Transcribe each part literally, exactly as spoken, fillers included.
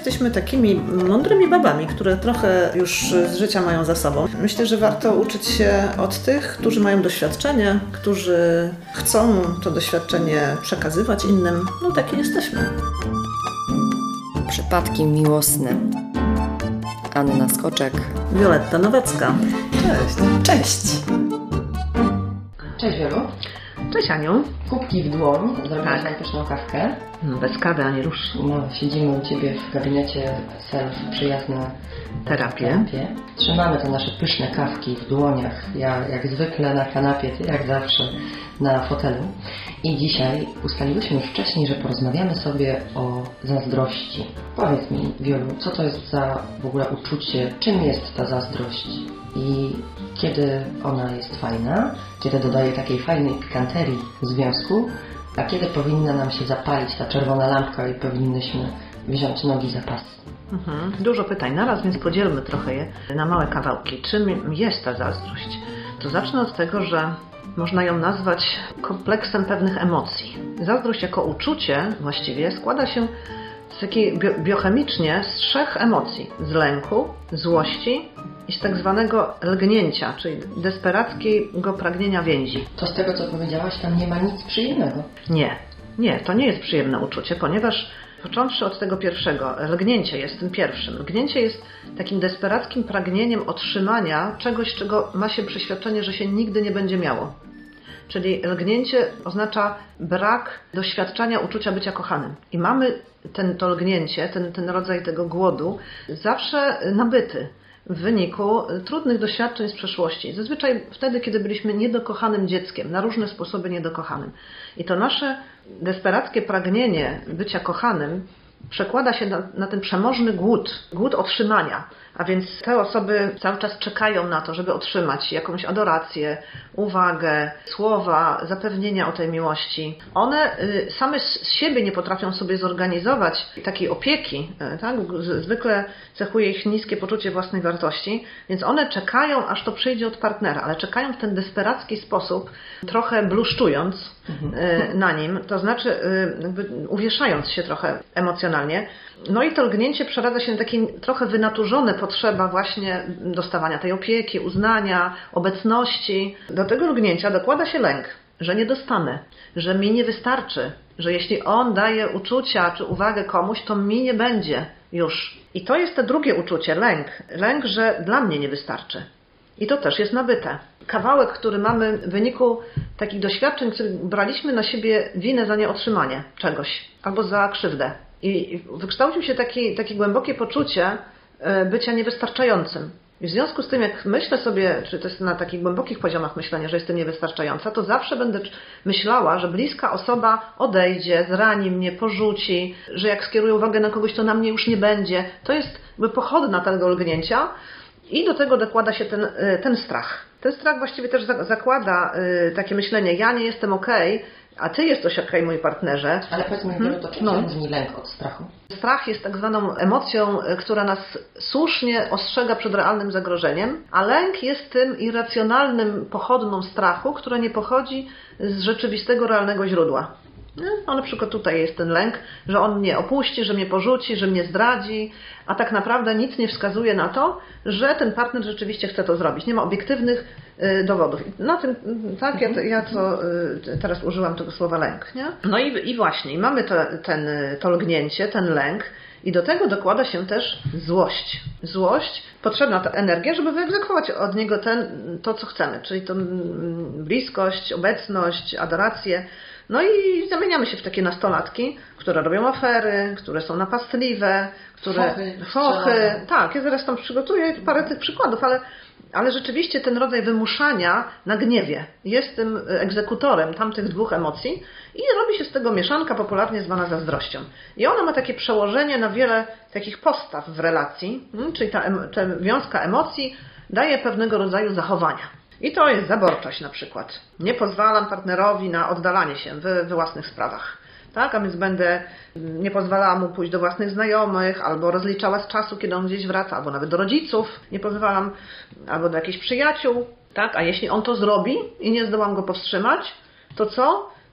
jesteśmy takimi mądrymi babami, które trochę już z życia mają za sobą. Myślę, że warto uczyć się od tych, którzy mają doświadczenie, którzy chcą to doświadczenie przekazywać innym. No takie jesteśmy. Przypadki miłosne. Anna Skoczek. Wioletta Nowacka. Cześć. Cześć. Cześć Wiolu. Cześć Aniu. Kubki w dłoń. Zrobiłaś Tak. nam pyszną kawkę. No, bez kawy ani rusz. No, siedzimy u Ciebie w gabinecie self przyjazna Terapię. terapię. Trzymamy te nasze pyszne kawki w dłoniach. Ja jak zwykle na kanapie, Ty jak zawsze na fotelu. I dzisiaj ustaliłyśmy już wcześniej, że porozmawiamy sobie o zazdrości. Powiedz mi, Wiolu, co to jest za w ogóle uczucie, czym jest ta zazdrość i kiedy ona jest fajna, kiedy dodaje takiej fajnej pikanterii w związku, a kiedy powinna nam się zapalić ta czerwona lampka i powinnyśmy wziąć nogi za pas. Mhm. Dużo pytań naraz, więc podzielmy trochę je na małe kawałki. Czym jest ta zazdrość? To zacznę od tego, że można ją nazwać kompleksem pewnych emocji. Zazdrość jako uczucie właściwie składa się z takiej bio- biochemicznie z trzech emocji. Z lęku, złości i z tak zwanego lgnięcia, czyli desperackiego pragnienia więzi. To z tego, co powiedziałaś, tam nie ma nic przyjemnego. Nie, nie, to nie jest przyjemne uczucie, ponieważ począwszy od tego pierwszego, lgnięcie jest tym pierwszym. Lgnięcie jest takim desperackim pragnieniem otrzymania czegoś, czego ma się przeświadczenie, że się nigdy nie będzie miało. Czyli lgnięcie oznacza brak doświadczenia uczucia bycia kochanym. I mamy ten, to lgnięcie, ten, ten rodzaj tego głodu zawsze nabyty w wyniku trudnych doświadczeń z przeszłości. Zazwyczaj wtedy, kiedy byliśmy niedokochanym dzieckiem, na różne sposoby niedokochanym. I to nasze desperackie pragnienie bycia kochanym przekłada się na, na ten przemożny głód, głód otrzymania. A więc te osoby cały czas czekają na to, żeby otrzymać jakąś adorację, uwagę, słowa, zapewnienia o tej miłości. One y, same z siebie nie potrafią sobie zorganizować takiej opieki, y, tak? Z, zwykle cechuje ich niskie poczucie własnej wartości, więc one czekają, aż to przyjdzie od partnera, ale czekają w ten desperacki sposób, trochę bluszczując y, na nim, to znaczy y, jakby uwieszając się trochę emocjonalnie. No i to lgnięcie przeradza się na takie trochę wynaturzone potrzeba właśnie dostawania tej opieki, uznania, obecności. Do tego lgnięcia dokłada się lęk, że nie dostanę, że mi nie wystarczy, że jeśli on daje uczucia czy uwagę komuś, to mi nie będzie już. I to jest to drugie uczucie, lęk. Lęk, że dla mnie nie wystarczy. I to też jest nabyte. Kawałek, który mamy w wyniku takich doświadczeń, w których braliśmy na siebie winę za nieotrzymanie czegoś albo za krzywdę. I wykształcił się taki, takie głębokie poczucie bycia niewystarczającym. I w związku z tym, jak myślę sobie, czy to jest na takich głębokich poziomach myślenia, że jestem niewystarczająca, to zawsze będę myślała, że bliska osoba odejdzie, zrani mnie, porzuci, że jak skieruję uwagę na kogoś, to na mnie już nie będzie. To jest jakby pochodna tego lgnięcia i do tego dokłada się ten, ten strach. Ten strach właściwie też zakłada takie myślenie, ja nie jestem okej, a ty jesteś okej, mój partnerze. Ale powiedzmy, hmm? to czym się różni lęk od strachu? Strach jest tak zwaną emocją, która nas słusznie ostrzega przed realnym zagrożeniem, a lęk jest tym irracjonalnym pochodną strachu, która nie pochodzi z rzeczywistego, realnego źródła. No, na przykład tutaj jest ten lęk, że on mnie opuści, że mnie porzuci, że mnie zdradzi, a tak naprawdę nic nie wskazuje na to, że ten partner rzeczywiście chce to zrobić. Nie ma obiektywnych y, dowodów. Na tym, tak, ja, ja to y, teraz użyłam tego słowa lęk, nie? No i, i właśnie, mamy to, ten, to lgnięcie, ten lęk i do tego dokłada się też złość. Złość, potrzebna ta energia, żeby wyegzekwować od niego ten, to, co chcemy, czyli tą bliskość, obecność, adorację. No i zamieniamy się w takie nastolatki, które robią afery, które są napastliwe, które... Fochy. Fochy. Tak, ja zaraz tam przygotuję parę tych przykładów, ale, ale rzeczywiście ten rodzaj wymuszania na gniewie jest tym egzekutorem tamtych dwóch emocji i robi się z tego mieszanka popularnie zwana zazdrością. I ona ma takie przełożenie na wiele takich postaw w relacji, czyli ta, ta wiązka emocji daje pewnego rodzaju zachowania. I to jest zaborczość na przykład. Nie pozwalam partnerowi na oddalanie się we, we własnych sprawach. Tak? A więc będę nie pozwalała mu pójść do własnych znajomych, albo rozliczała z czasu, kiedy on gdzieś wraca, albo nawet do rodziców nie pozwalam, albo do jakichś przyjaciół. Tak? A jeśli on to zrobi i nie zdołam go powstrzymać, to co?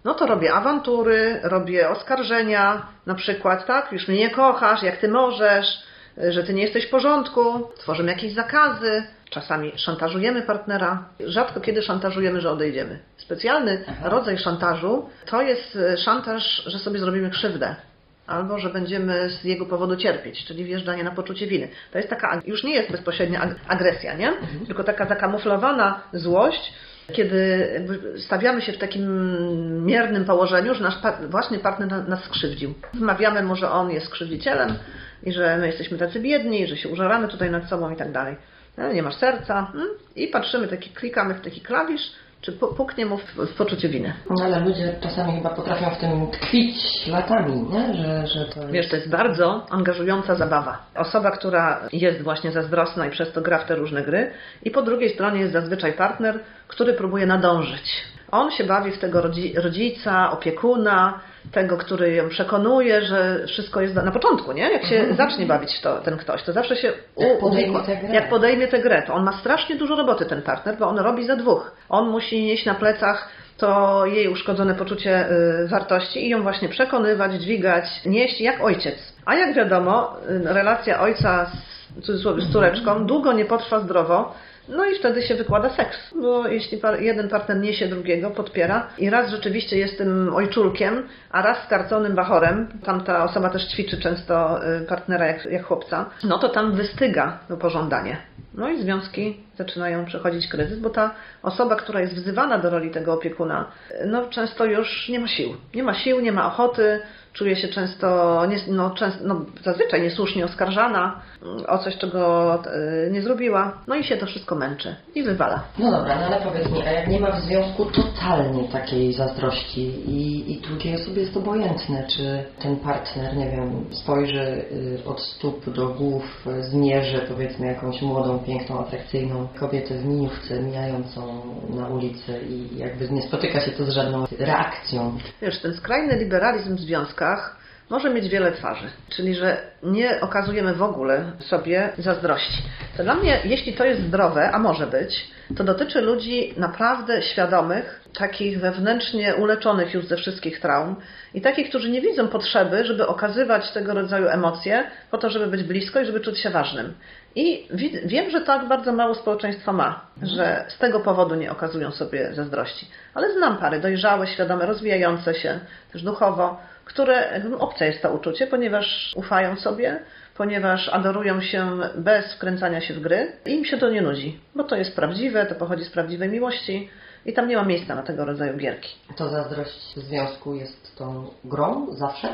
no to robię awantury, robię oskarżenia, na przykład, tak, już mnie nie kochasz, jak ty możesz, że ty nie jesteś w porządku, tworzymy jakieś zakazy, czasami szantażujemy partnera, rzadko kiedy szantażujemy, że odejdziemy. Specjalny Aha. rodzaj szantażu to jest szantaż, że sobie zrobimy krzywdę. Albo że będziemy z jego powodu cierpieć, czyli wjeżdżanie na poczucie winy. To jest taka, już nie jest bezpośrednia agresja, nie? Mhm. Tylko taka zakamuflowana złość, kiedy stawiamy się w takim miernym położeniu, że nasz właśnie partner nas skrzywdził. Wmawiamy mu, że on jest skrzywdzicielem i że my jesteśmy tacy biedni, że się użeramy tutaj nad sobą i tak dalej. Nie masz serca. I patrzymy, taki, klikamy w taki klawisz, czy puknie mu w, w poczucie winy. No ale ludzie czasami chyba potrafią w tym tkwić latami, nie? Że, że to jest... Wiesz, to jest bardzo angażująca zabawa. Osoba, która jest właśnie zazdrosna i przez to gra w te różne gry, i po drugiej stronie jest zazwyczaj partner, który próbuje nadążyć. On się bawi w tego rodzica, opiekuna, tego, który ją przekonuje, że wszystko jest na początku, nie? Jak się mhm. zacznie bawić to, ten ktoś, to zawsze się u, jak, podejmie tę grę. jak podejmie tę grę, to on ma strasznie dużo roboty, ten partner, bo on robi za dwóch. On musi nieść na plecach to jej uszkodzone poczucie y, wartości i ją właśnie przekonywać, dźwigać, nieść jak ojciec. A jak wiadomo, y, relacja ojca z, w cudzysłowie, z córeczką długo nie potrwa zdrowo. No i wtedy się wykłada seks, bo jeśli jeden partner niesie drugiego, podpiera i raz rzeczywiście jest tym ojczulkiem, a raz skarconym bachorem, tam ta osoba też ćwiczy często partnera jak, jak chłopca, no to tam wystyga to pożądanie. No i związki zaczynają przechodzić kryzys, bo ta osoba, która jest wzywana do roli tego opiekuna, no często już nie ma sił. Nie ma sił, nie ma ochoty, czuje się często, no, często no, zazwyczaj niesłusznie oskarżana o coś, czego nie zrobiła. No i się to wszystko męczy i wywala. No dobra, no ale powiedz mi, a jak nie ma w związku totalnie takiej zazdrości i, i drugiej osobie jest obojętne, czy ten partner, nie wiem, spojrzy od stóp do głów, zmierzy powiedzmy jakąś młodą, piękną, atrakcyjną kobietę w miniówce mijającą na ulicy i jakby nie spotyka się to z żadną reakcją. Wiesz, ten skrajny liberalizm w związkach może mieć wiele twarzy, czyli że nie okazujemy w ogóle sobie zazdrości. To dla mnie, jeśli to jest zdrowe, a może być, to dotyczy ludzi naprawdę świadomych, takich wewnętrznie uleczonych już ze wszystkich traum i takich, którzy nie widzą potrzeby, żeby okazywać tego rodzaju emocje po to, żeby być blisko i żeby czuć się ważnym. I wiem, że tak bardzo mało społeczeństwo ma, że z tego powodu nie okazują sobie zazdrości. Ale znam pary dojrzałe, świadome, rozwijające się też duchowo, które obce jest to uczucie, ponieważ ufają sobie, ponieważ adorują się bez wkręcania się w gry i im się to nie nudzi, bo to jest prawdziwe, to pochodzi z prawdziwej miłości i tam nie ma miejsca na tego rodzaju gierki. To zazdrość w związku jest tą grą zawsze?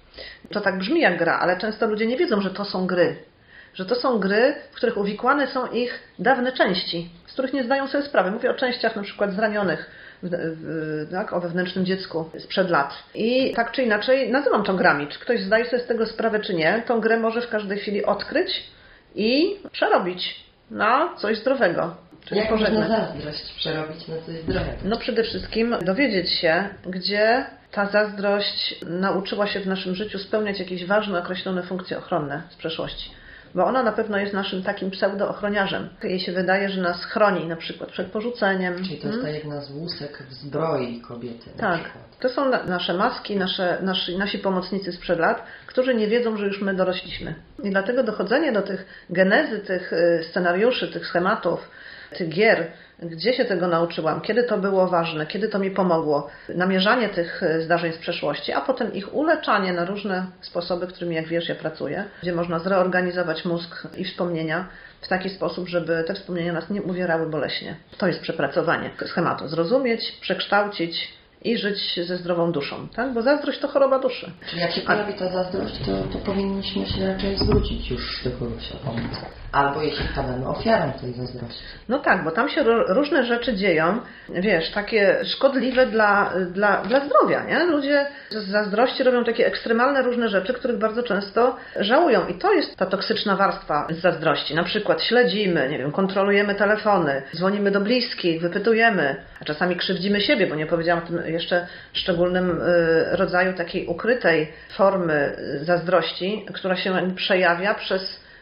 To tak brzmi jak gra, ale często ludzie nie wiedzą, że to są gry. Że to są gry, w których uwikłane są ich dawne części, z których nie zdają sobie sprawy. Mówię o częściach na przykład zranionych, w, w, tak, o wewnętrznym dziecku sprzed lat. I tak czy inaczej nazywam to grami. Czy ktoś zdaje sobie z tego sprawę, czy nie, tą grę może w każdej chwili odkryć i przerobić na coś zdrowego. Czyli jak można zazdrość przerobić na coś zdrowego? No przede wszystkim dowiedzieć się, gdzie ta zazdrość nauczyła się w naszym życiu spełniać jakieś ważne, określone funkcje ochronne z przeszłości. Bo ona na pewno jest naszym takim pseudo-ochroniarzem. Jej się wydaje, że nas chroni na przykład przed porzuceniem. Czyli to jest ta jedna z łusek w zbroi kobiety. Tak. To są na, nasze maski, nasze, nasi, nasi pomocnicy sprzed lat, którzy nie wiedzą, że już my dorośliśmy. I dlatego dochodzenie do tych genezy, tych scenariuszy, tych schematów, tych gier, gdzie się tego nauczyłam, kiedy to było ważne, kiedy to mi pomogło, namierzanie tych zdarzeń z przeszłości, a potem ich uleczanie na różne sposoby, którymi, jak wiesz, ja pracuję, gdzie można zreorganizować mózg i wspomnienia w taki sposób, żeby te wspomnienia nas nie uwierały boleśnie. To jest przepracowanie schematu. Zrozumieć, przekształcić i żyć ze zdrową duszą, tak? Bo zazdrość to choroba duszy. Czyli jak się pojawi ta zazdrość, to, to powinniśmy się raczej zwrócić już do kogoś o pomoc. Albo jeśli padamy ofiarą tej zazdrości. No tak, bo tam się ro- różne rzeczy dzieją, wiesz, takie szkodliwe dla, dla, dla zdrowia, nie? Ludzie z zazdrości robią takie ekstremalne różne rzeczy, których bardzo często żałują. I to jest ta toksyczna warstwa z zazdrości. Na przykład śledzimy, nie wiem, kontrolujemy telefony, dzwonimy do bliskich, wypytujemy, a czasami krzywdzimy siebie, bo nie powiedziałam o tym jeszcze szczególnym rodzaju takiej ukrytej formy zazdrości, która się przejawia przez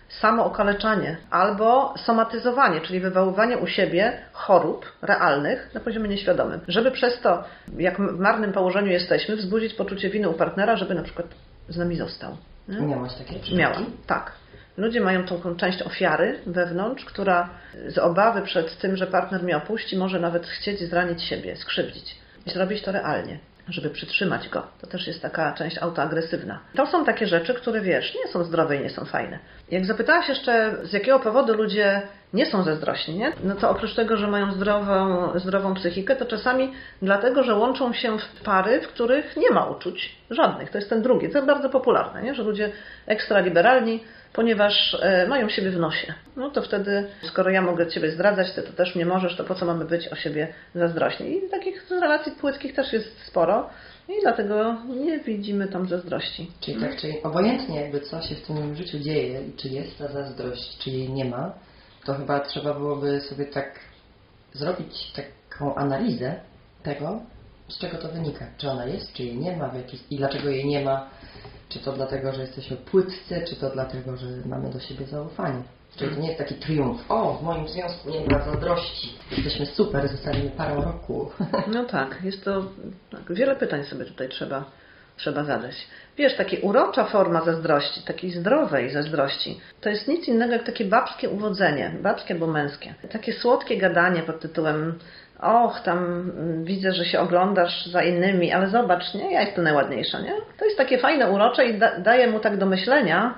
samookaleczanie albo somatyzowanie, czyli wywoływanie u siebie chorób realnych na poziomie nieświadomym. Żeby przez to, jak w marnym położeniu jesteśmy, wzbudzić poczucie winy u partnera, żeby na przykład z nami został. Nie? Miałaś takie przypadki? Miałam, tak. Ludzie mają tą część ofiary wewnątrz, która z obawy przed tym, że partner mnie opuści, może nawet chcieć zranić siebie, skrzywdzić. I zrobić to realnie, żeby przytrzymać go. To też jest taka część autoagresywna. To są takie rzeczy, które wiesz, nie są zdrowe i nie są fajne. Jak zapytałaś jeszcze, z jakiego powodu ludzie nie są zazdrośni, nie? No to oprócz tego, że mają zdrową, zdrową psychikę, to czasami dlatego, że łączą się w pary, w których nie ma uczuć żadnych. To jest ten drugi. To jest bardzo popularne, nie? Że ludzie ekstraliberalni, ponieważ e, mają siebie w nosie. No to wtedy, skoro ja mogę Ciebie zdradzać, Ty to też nie możesz, to po co mamy być o siebie zazdrośni? I takich relacji płytkich też jest sporo i dlatego nie widzimy tam zazdrości. Czyli tak, czyli obojętnie jakby co się w tym życiu dzieje i czy jest ta zazdrość, czy jej nie ma, to chyba trzeba byłoby sobie tak zrobić taką analizę tego, z czego to wynika. Czy ona jest, czy jej nie ma, w jakiś, i dlaczego jej nie ma. Czy to dlatego, że jesteśmy płytcy, czy to dlatego, że mamy do siebie zaufanie. Czyli to nie jest taki triumf. O, w moim związku nie ma zazdrości. Jesteśmy super, zostaliśmy parę roku. No tak, jest to... Tak, wiele pytań sobie tutaj trzeba, trzeba zadać. Wiesz, taka urocza forma zazdrości, takiej zdrowej zazdrości, to jest nic innego jak takie babskie uwodzenie, babskie albo męskie. Takie słodkie gadanie pod tytułem och, tam widzę, że się oglądasz za innymi, ale zobacz, nie, ja jestem najładniejsza, nie? To jest takie fajne, urocze i da, daje mu tak do myślenia,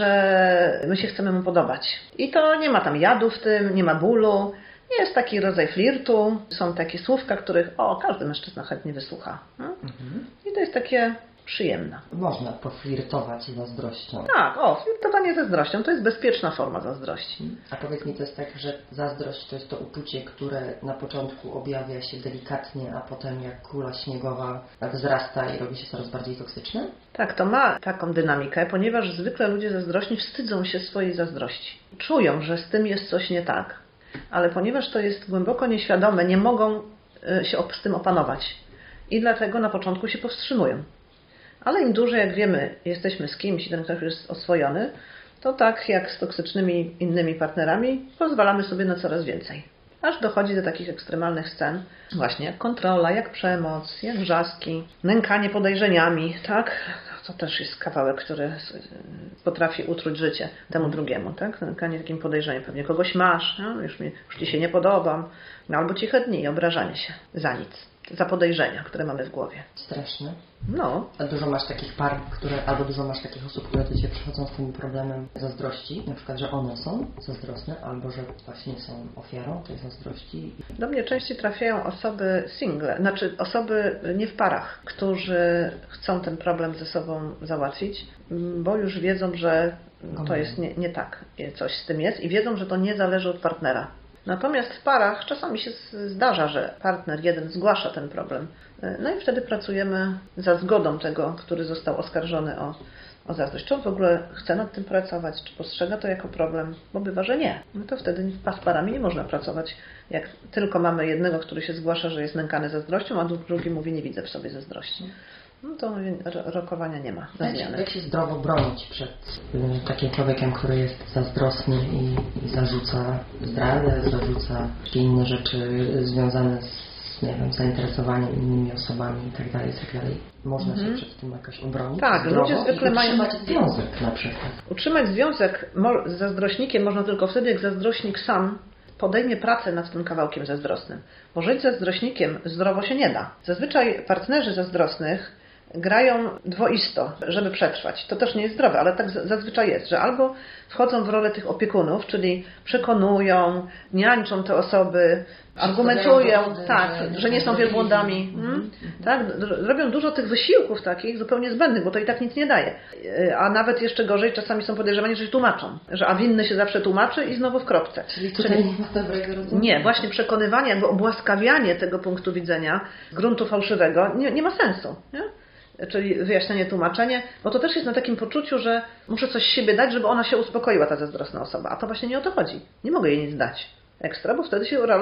że my się chcemy mu podobać. I to nie ma tam jadu w tym, nie ma bólu, jest taki rodzaj flirtu, są takie słówka, których o, każdy mężczyzna chętnie wysłucha. No? Mhm. I to jest takie przyjemne. Można poflirtować z zazdrością. Tak, o, flirtowanie ze zazdrością to jest bezpieczna forma zazdrości. A powiedz mi, to jest tak, że zazdrość to jest to uczucie, które na początku objawia się delikatnie, a potem jak kula śniegowa wzrasta i robi się coraz bardziej toksyczne? Tak, to ma taką dynamikę, ponieważ zwykle ludzie zazdrośni wstydzą się swojej zazdrości. Czują, że z tym jest coś nie tak, ale ponieważ to jest głęboko nieświadome, nie mogą się z tym opanować i dlatego na początku się powstrzymują. Ale im dłużej, jak wiemy, jesteśmy z kimś i ten ktoś już jest oswojony, to tak jak z toksycznymi innymi partnerami pozwalamy sobie na coraz więcej. Aż dochodzi do takich ekstremalnych scen, właśnie jak kontrola, jak przemoc, jak wrzaski, nękanie podejrzeniami, tak? To też jest kawałek, który potrafi utruć życie temu drugiemu, tak? Nękanie takim podejrzeniem. Pewnie kogoś masz, no? już, mi, już Ci się nie podobam, albo ciche dni i obrażanie się za nic. Za podejrzenia, które mamy w głowie. Straszne. No. A dużo masz takich par, które, albo dużo masz takich osób, które do Ciebie przychodzą z tym problemem zazdrości, na przykład, że one są zazdrosne, albo że właśnie są ofiarą tej zazdrości. Do mnie częściej trafiają osoby single, znaczy osoby nie w parach, którzy chcą ten problem ze sobą załatwić, bo już wiedzą, że to jest nie, nie tak, coś z tym jest i wiedzą, że to nie zależy od partnera. Natomiast w parach czasami się zdarza, że partner jeden zgłasza ten problem. No i wtedy pracujemy za zgodą tego, który został oskarżony o, o zazdrość. Czy on w ogóle chce nad tym pracować, czy postrzega to jako problem, bo bywa, że nie. No to wtedy z parami nie można pracować. Jak tylko mamy jednego, który się zgłasza, że jest nękany zazdrością, a drugi mówi, nie widzę w sobie zazdrości. No to rokowania nie ma. Jak, jak się zdrowo bronić przed y, takim człowiekiem, który jest zazdrosny i, i zarzuca zdradę, zarzuca wszystkie inne rzeczy związane z, nie wiem, zainteresowaniem innymi osobami itd. itd. Można mm-hmm. się przed tym jakoś obronić? Tak, zdrowo ludzie zwykle mają... utrzymać związek na przykład. Utrzymać związek z zazdrośnikiem można tylko wtedy, jak zazdrośnik sam podejmie pracę nad tym kawałkiem zazdrosnym. Bo żyć zazdrośnikiem zdrowo się nie da. Zazwyczaj partnerzy zazdrosnych grają dwoisto, żeby przetrwać. To też nie jest zdrowe, ale tak zazwyczaj jest, że albo wchodzą w rolę tych opiekunów, czyli przekonują, niańczą te osoby, argumentują, dowody, tak, że, że nie są wielbłądami. Hmm? Tak, robią dużo tych wysiłków takich zupełnie zbędnych, bo to i tak nic nie daje. A nawet jeszcze gorzej, czasami są podejrzewani, że się tłumaczą, że a winny się zawsze tłumaczy i znowu w kropce. Czyli tutaj Czyli, nie ma dobrego rozumienia. Nie, właśnie przekonywanie, jakby obłaskawianie tego punktu widzenia z gruntu fałszywego nie, nie ma sensu. Nie? Czyli wyjaśnienie, tłumaczenie, bo to też jest na takim poczuciu, że muszę coś z siebie dać, żeby ona się uspokoiła, ta zazdrosna osoba. A to właśnie nie o to chodzi. Nie mogę jej nic dać ekstra, bo wtedy się rolę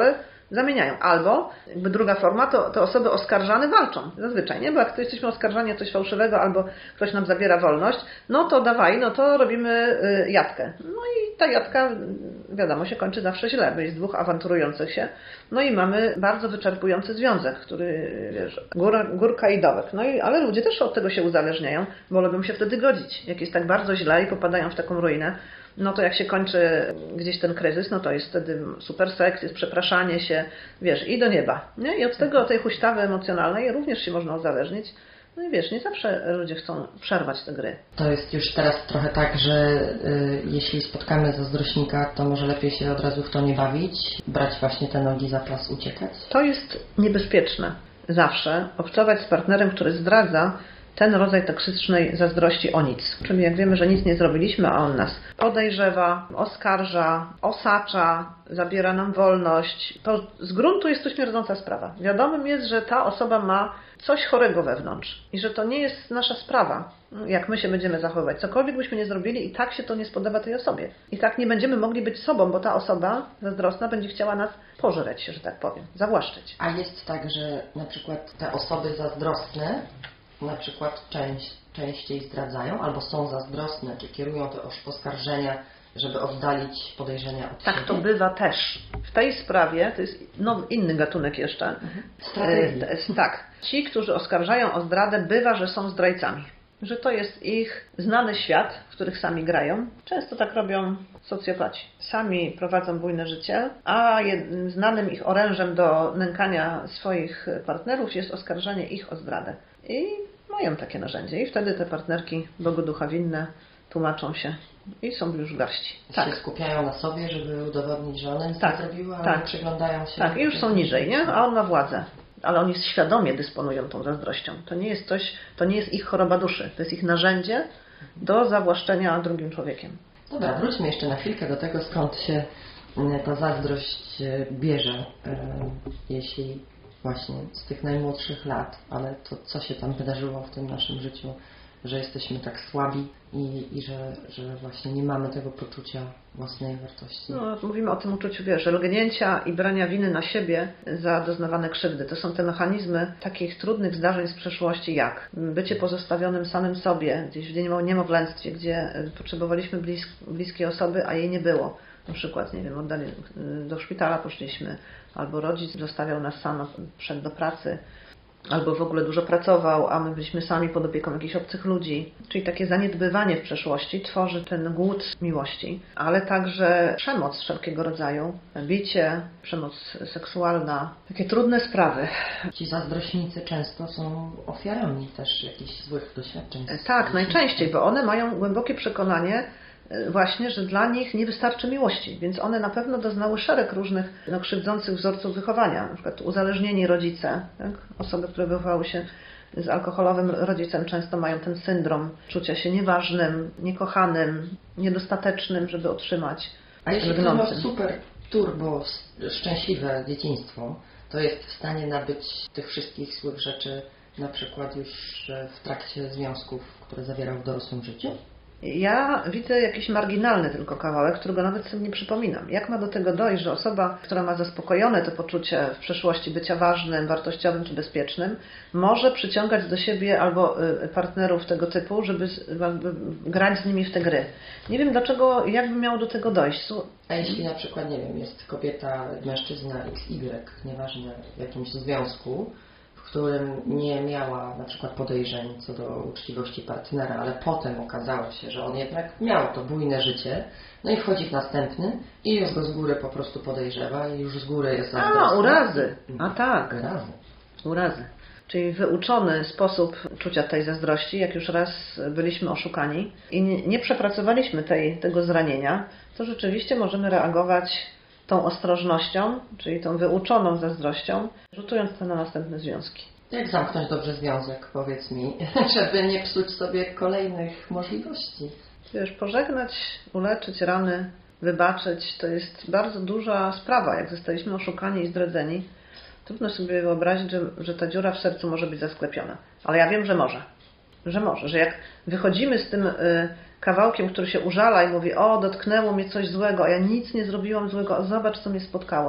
zamieniają. Albo jakby druga forma, to, to osoby oskarżane walczą. Zazwyczaj, nie? Bo jak to jesteśmy oskarżani o coś fałszywego albo ktoś nam zabiera wolność, no to dawaj, no to robimy y, jatkę. No i ta jatka, wiadomo, się kończy zawsze źle, bo jest dwóch awanturujących się. No i mamy bardzo wyczerpujący związek, który, wiesz, góra, górka i dołek. No i, ale ludzie też od tego się uzależniają, bo lubią się wtedy godzić. Jak jest tak bardzo źle i popadają w taką ruinę, no to jak się kończy gdzieś ten kryzys, no to jest wtedy super seks, jest przepraszanie się, wiesz, i do nieba. Nie? I od tego, tej huśtawy emocjonalnej również się można uzależnić. No i wiesz, nie zawsze ludzie chcą przerwać te gry. To jest już teraz trochę tak, że y, jeśli spotkamy zazdrośnika, to może lepiej się od razu w to nie bawić, brać właśnie te nogi za pas, uciekać? To jest niebezpieczne. Zawsze obcować z partnerem, który zdradza ten rodzaj toksycznej zazdrości o nic. Czyli jak wiemy, że nic nie zrobiliśmy, a on nas podejrzewa, oskarża, osacza, zabiera nam wolność, to z gruntu jest to śmierdząca sprawa. Wiadomym jest, że ta osoba ma coś chorego wewnątrz i że to nie jest nasza sprawa, jak my się będziemy zachowywać. Cokolwiek byśmy nie zrobili, i tak się to nie spodoba tej osobie. I tak nie będziemy mogli być sobą, bo ta osoba zazdrosna będzie chciała nas pożreć, że tak powiem, zawłaszczyć. A jest tak, że na przykład te osoby zazdrosne na przykład część, częściej zdradzają albo są zazdrosne, czy kierują te oskarżenia, żeby oddalić podejrzenia od tak, siebie? Tak, to bywa też. W tej sprawie, to jest no, inny gatunek jeszcze. Mhm. Strategii. E, tak. Ci, którzy oskarżają o zdradę, bywa, że są zdrajcami. Że to jest ich znany świat, w których sami grają. Często tak robią socjopaci. Sami prowadzą bujne życie, a jednym znanym ich orężem do nękania swoich partnerów jest oskarżanie ich o zdradę. I mają takie narzędzie. I wtedy te partnerki Bogu ducha winne tłumaczą się i są już w garści. Tak. Się skupiają na sobie, żeby udowodnić, że ona nic tak. nie zrobiła, tak. ale przyglądają się... Tak, i już są niżej, nie? A on ma władzę. Ale oni świadomie dysponują tą zazdrością. To nie jest coś, to nie jest ich choroba duszy. To jest ich narzędzie do zawłaszczenia drugim człowiekiem. Dobra, wróćmy jeszcze na chwilkę do tego, skąd się ta zazdrość bierze, jeśli właśnie z tych najmłodszych lat, ale to co się tam wydarzyło w tym naszym życiu, że jesteśmy tak słabi i, i że, że właśnie nie mamy tego poczucia własnej wartości. No, mówimy o tym uczuciu, wiesz, lgnięcia i brania winy na siebie za doznawane krzywdy. To są te mechanizmy takich trudnych zdarzeń z przeszłości, jak bycie pozostawionym samym sobie, gdzieś w niemowlęctwie, gdzie potrzebowaliśmy blis- bliskiej osoby, a jej nie było. Na przykład, nie wiem, oddali, do szpitala poszliśmy, albo rodzic zostawiał nas sam, szedł do pracy, albo w ogóle dużo pracował, a my byliśmy sami pod opieką jakichś obcych ludzi. Czyli takie zaniedbywanie w przeszłości tworzy ten głód miłości, ale także przemoc wszelkiego rodzaju, bicie, przemoc seksualna, takie trudne sprawy. Ci zazdrośnicy często są ofiarami też jakichś złych doświadczeń. Tak, najczęściej, bo one mają głębokie przekonanie, właśnie, że dla nich nie wystarczy miłości, więc one na pewno doznały szereg różnych no, krzywdzących wzorców wychowania, na przykład uzależnieni rodzice, tak? Osoby, które wychowały się z alkoholowym rodzicem, często mają ten syndrom czucia się nieważnym, niekochanym, niedostatecznym, żeby otrzymać. A jeśli ktoś ma super turbo szczęśliwe dzieciństwo, to jest w stanie nabyć tych wszystkich złych rzeczy na przykład już w trakcie związków, które zawierał w dorosłym życiu? Ja widzę jakiś marginalny tylko kawałek, którego nawet sobie nie przypominam. Jak ma do tego dojść, że osoba, która ma zaspokojone to poczucie w przeszłości bycia ważnym, wartościowym czy bezpiecznym, może przyciągać do siebie albo partnerów tego typu, żeby grać z nimi w te gry. Nie wiem dlaczego, jakby miało do tego dojść. A jeśli na przykład, nie wiem, jest kobieta, mężczyzna X Y, nieważne w jakimś związku, w którym nie miała na przykład podejrzeń co do uczciwości partnera, ale potem okazało się, że on jednak miał to bujne życie, no i wchodzi w następny i już go z góry po prostu podejrzewa i już z góry jest zazdrosny. A, urazy. A tak. Urazy. Urazy. Czyli wyuczony sposób czucia tej zazdrości, jak już raz byliśmy oszukani i nie, nie przepracowaliśmy tej, tego zranienia, to rzeczywiście możemy reagować tą ostrożnością, czyli tą wyuczoną zazdrością, rzutując to na następne związki. Jak zamknąć dobrze związek, powiedz mi, żeby nie psuć sobie kolejnych możliwości? Wiesz, pożegnać, uleczyć rany, wybaczyć, to jest bardzo duża sprawa. Jak zostaliśmy oszukani i zdradzeni, trudno sobie wyobrazić, że, że ta dziura w sercu może być zasklepiona. Ale ja wiem, że może. Że może, że jak wychodzimy z tym y, kawałkiem, który się użala i mówi, o, dotknęło mnie coś złego, a ja nic nie zrobiłam złego, a zobacz, co mnie spotkało.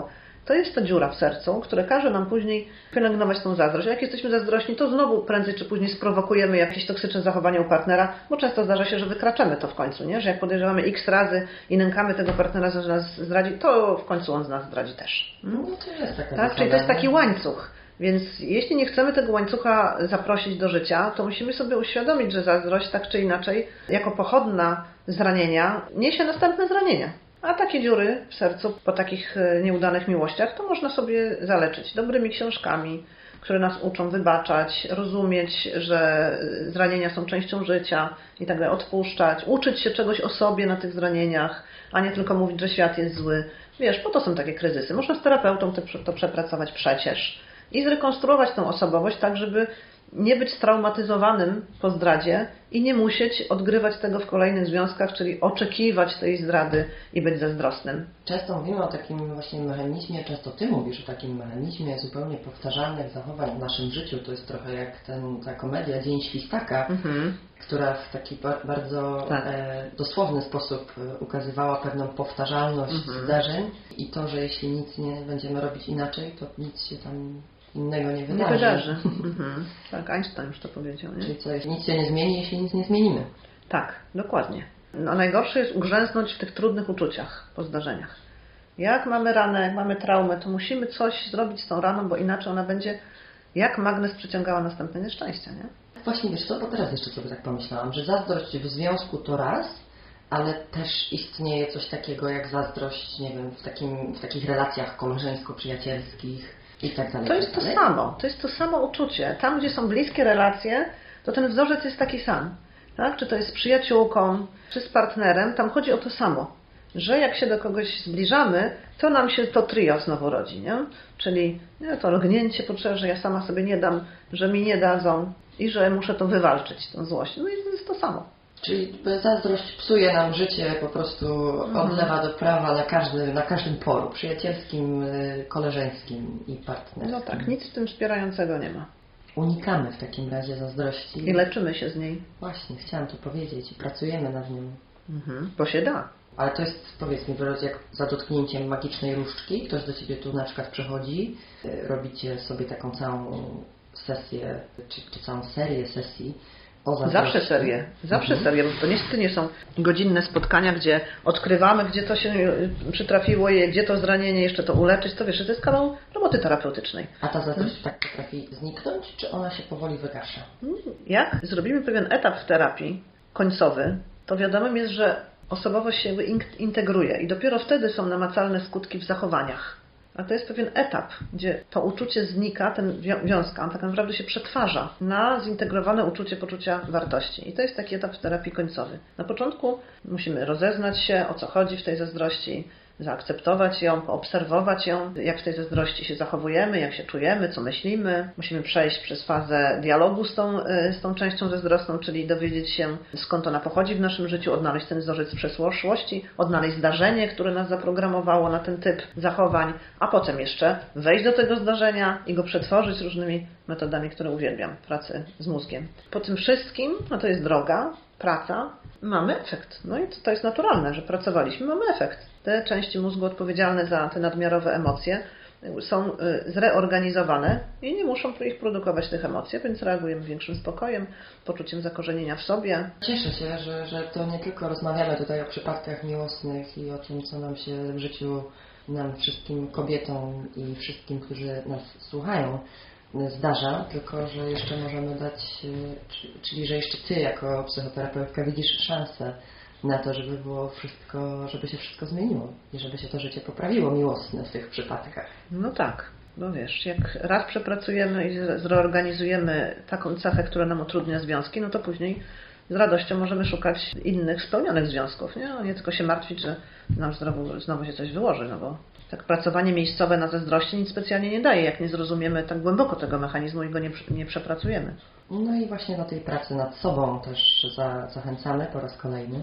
To jest ta dziura w sercu, która każe nam później pielęgnować tą zazdrość. A jak jesteśmy zazdrośni, to znowu prędzej czy później sprowokujemy jakieś toksyczne zachowanie u partnera, bo często zdarza się, że wykraczamy to w końcu, nie? Że jak podejrzewamy x razy i nękamy tego partnera, że nas zdradzi, to w końcu on z nas zdradzi też. Hmm? No to jest taka Tak? Czyli to jest taki łańcuch. Więc jeśli nie chcemy tego łańcucha zaprosić do życia, to musimy sobie uświadomić, że zazdrość tak czy inaczej, jako pochodna zranienia, niesie następne zranienia. A takie dziury w sercu po takich nieudanych miłościach to można sobie zaleczyć dobrymi książkami, które nas uczą wybaczać, rozumieć, że zranienia są częścią życia i tak dalej, odpuszczać, uczyć się czegoś o sobie na tych zranieniach, a nie tylko mówić, że świat jest zły. Wiesz, po to są takie kryzysy. Można z terapeutą to, to przepracować przecież i zrekonstruować tą osobowość tak, żeby nie być straumatyzowanym po zdradzie i nie musieć odgrywać tego w kolejnych związkach, czyli oczekiwać tej zdrady i być zazdrosnym. Często mówimy o takim właśnie mechanizmie, często Ty mówisz o takim mechanizmie zupełnie powtarzalnych zachowań w naszym życiu. To jest trochę jak ten, ta komedia Dzień Świstaka, mhm. która w taki ba- bardzo tak. e, dosłowny sposób ukazywała pewną powtarzalność mhm. zdarzeń i to, że jeśli nic nie będziemy robić inaczej, to nic się tam innego nie wydarzy. Nie wydarzy. Mhm. Tak, Einstein już to powiedział. Nie? Czyli co, nic się nie zmieni, jeśli nic nie zmienimy. Tak, dokładnie. No, najgorsze jest ugrzęznąć w tych trudnych uczuciach po zdarzeniach. Jak mamy ranę, jak mamy traumę, to musimy coś zrobić z tą raną, bo inaczej ona będzie jak magnes przyciągała następne nieszczęścia. Nie? Właśnie, wiesz co, bo teraz jeszcze sobie tak pomyślałam, że zazdrość w związku to raz, ale też istnieje coś takiego jak zazdrość, nie wiem, w, takim, w takich relacjach koleżeńsko-przyjacielskich, i tak dalej, to jest to samo, to jest to samo uczucie. Tam, gdzie są bliskie relacje, to ten wzorzec jest taki sam. Tak? Czy to jest z przyjaciółką, czy z partnerem, tam chodzi o to samo. Że jak się do kogoś zbliżamy, to nam się to trio znowu rodzi. Nie? Czyli nie, to lgnięcie potrzeby, że ja sama sobie nie dam, że mi nie dadzą i że muszę to wywalczyć, tą złość. No i to jest to samo. Czyli zazdrość psuje nam życie po prostu od lewa do prawa na, każdy, na każdym polu, przyjacielskim, koleżeńskim i partnerskim. No tak, nic w tym wspierającego nie ma. Unikamy w takim razie zazdrości. I leczymy się z niej. Właśnie, chciałam to powiedzieć i pracujemy nad nią. Mhm, bo się da. Ale to jest, powiedz mi, jak za dotknięciem magicznej różdżki, ktoś do Ciebie tu na przykład przychodzi, robicie sobie taką całą sesję, czy, czy całą serię sesji. Zawsze serię, zawsze mhm. serię, bo to niestety nie są godzinne spotkania, gdzie odkrywamy, gdzie to się przytrafiło, gdzie to zranienie, jeszcze to uleczyć, to wiesz, to jest kawał roboty terapeutycznej. A ta zazdrość tak potrafi zniknąć, czy ona się powoli wygasza? Jak zrobimy pewien etap w terapii końcowy, to wiadomym jest, że osobowość się integruje i dopiero wtedy są namacalne skutki w zachowaniach. A to jest pewien etap, gdzie to uczucie znika, ten wiązka, on tak naprawdę się przetwarza na zintegrowane uczucie poczucia wartości. I to jest taki etap w terapii końcowy. Na początku musimy rozeznać się, o co chodzi w tej zazdrości, zaakceptować ją, poobserwować ją, jak w tej zazdrości się zachowujemy, jak się czujemy, co myślimy. Musimy przejść przez fazę dialogu z tą, z tą częścią zazdrosną, czyli dowiedzieć się, skąd ona pochodzi w naszym życiu, odnaleźć ten wzorzec przeszłości, odnaleźć zdarzenie, które nas zaprogramowało na ten typ zachowań, a potem jeszcze wejść do tego zdarzenia i go przetworzyć różnymi metodami, które uwielbiam, pracy z mózgiem. Po tym wszystkim, no to jest droga, praca, mamy efekt. No i to jest naturalne, że pracowaliśmy, mamy efekt. Te części mózgu odpowiedzialne za te nadmiarowe emocje są zreorganizowane i nie muszą ich produkować tych emocji, więc reagujemy większym spokojem, poczuciem zakorzenienia w sobie. Cieszę się, że, że to nie tylko rozmawiamy tutaj o przypadkach miłosnych i o tym, co nam się w życiu, nam wszystkim kobietom i wszystkim, którzy nas słuchają, zdarza, tylko że jeszcze możemy dać, czyli że jeszcze Ty jako psychoterapeutka widzisz szansę na to, żeby było wszystko, żeby się wszystko zmieniło i żeby się to życie poprawiło miłosne w tych przypadkach. No tak, no wiesz, jak raz przepracujemy i zreorganizujemy taką cechę, która nam utrudnia związki, no to później z radością możemy szukać innych spełnionych związków, nie? No nie tylko się martwić, że nam znowu, znowu się coś wyłoży, no bo tak pracowanie miejscowe na zazdrości nic specjalnie nie daje, jak nie zrozumiemy tak głęboko tego mechanizmu i go nie, nie przepracujemy. No i właśnie do tej pracy nad sobą też za, zachęcamy po raz kolejny.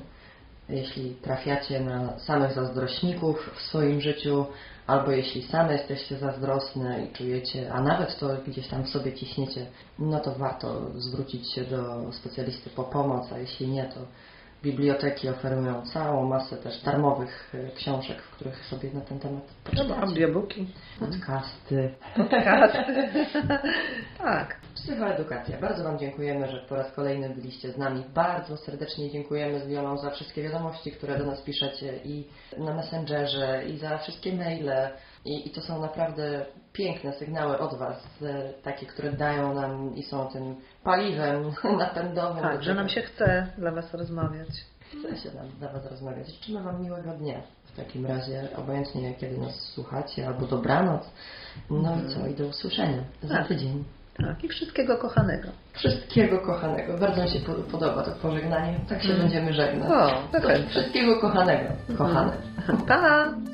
Jeśli trafiacie na samych zazdrośników w swoim życiu, albo jeśli same jesteście zazdrosne i czujecie, a nawet to gdzieś tam w sobie ciśniecie, no to warto zwrócić się do specjalisty po pomoc, a jeśli nie, to Biblioteki oferują całą masę też darmowych e, książek, w których sobie na ten temat poczytacie. Audiobooki. Podcasty. Podcasty. Tak. Psychoedukacja. Bardzo Wam dziękujemy, że po raz kolejny byliście z nami. Bardzo serdecznie dziękujemy z Wiolą za wszystkie wiadomości, które do nas piszecie i na Messengerze, i za wszystkie maile. I, I to są naprawdę piękne sygnały od Was, e, takie, które dają nam i są tym paliwem napędowym. Tak, że nam się chce dla Was rozmawiać. Chce się nam dla Was rozmawiać. Życzymy Wam miłego dnia. W takim razie, obojętnie kiedy nas słuchacie, albo dobranoc. No Mhm. i co? I do usłyszenia za Tak. tydzień. Tak, i wszystkiego kochanego. Wszystkiego kochanego. Bardzo mi się po- podoba to pożegnanie. Tak się Mm. będziemy żegnać. O, To tak. wszystkiego kochanego. Kochane. Pa!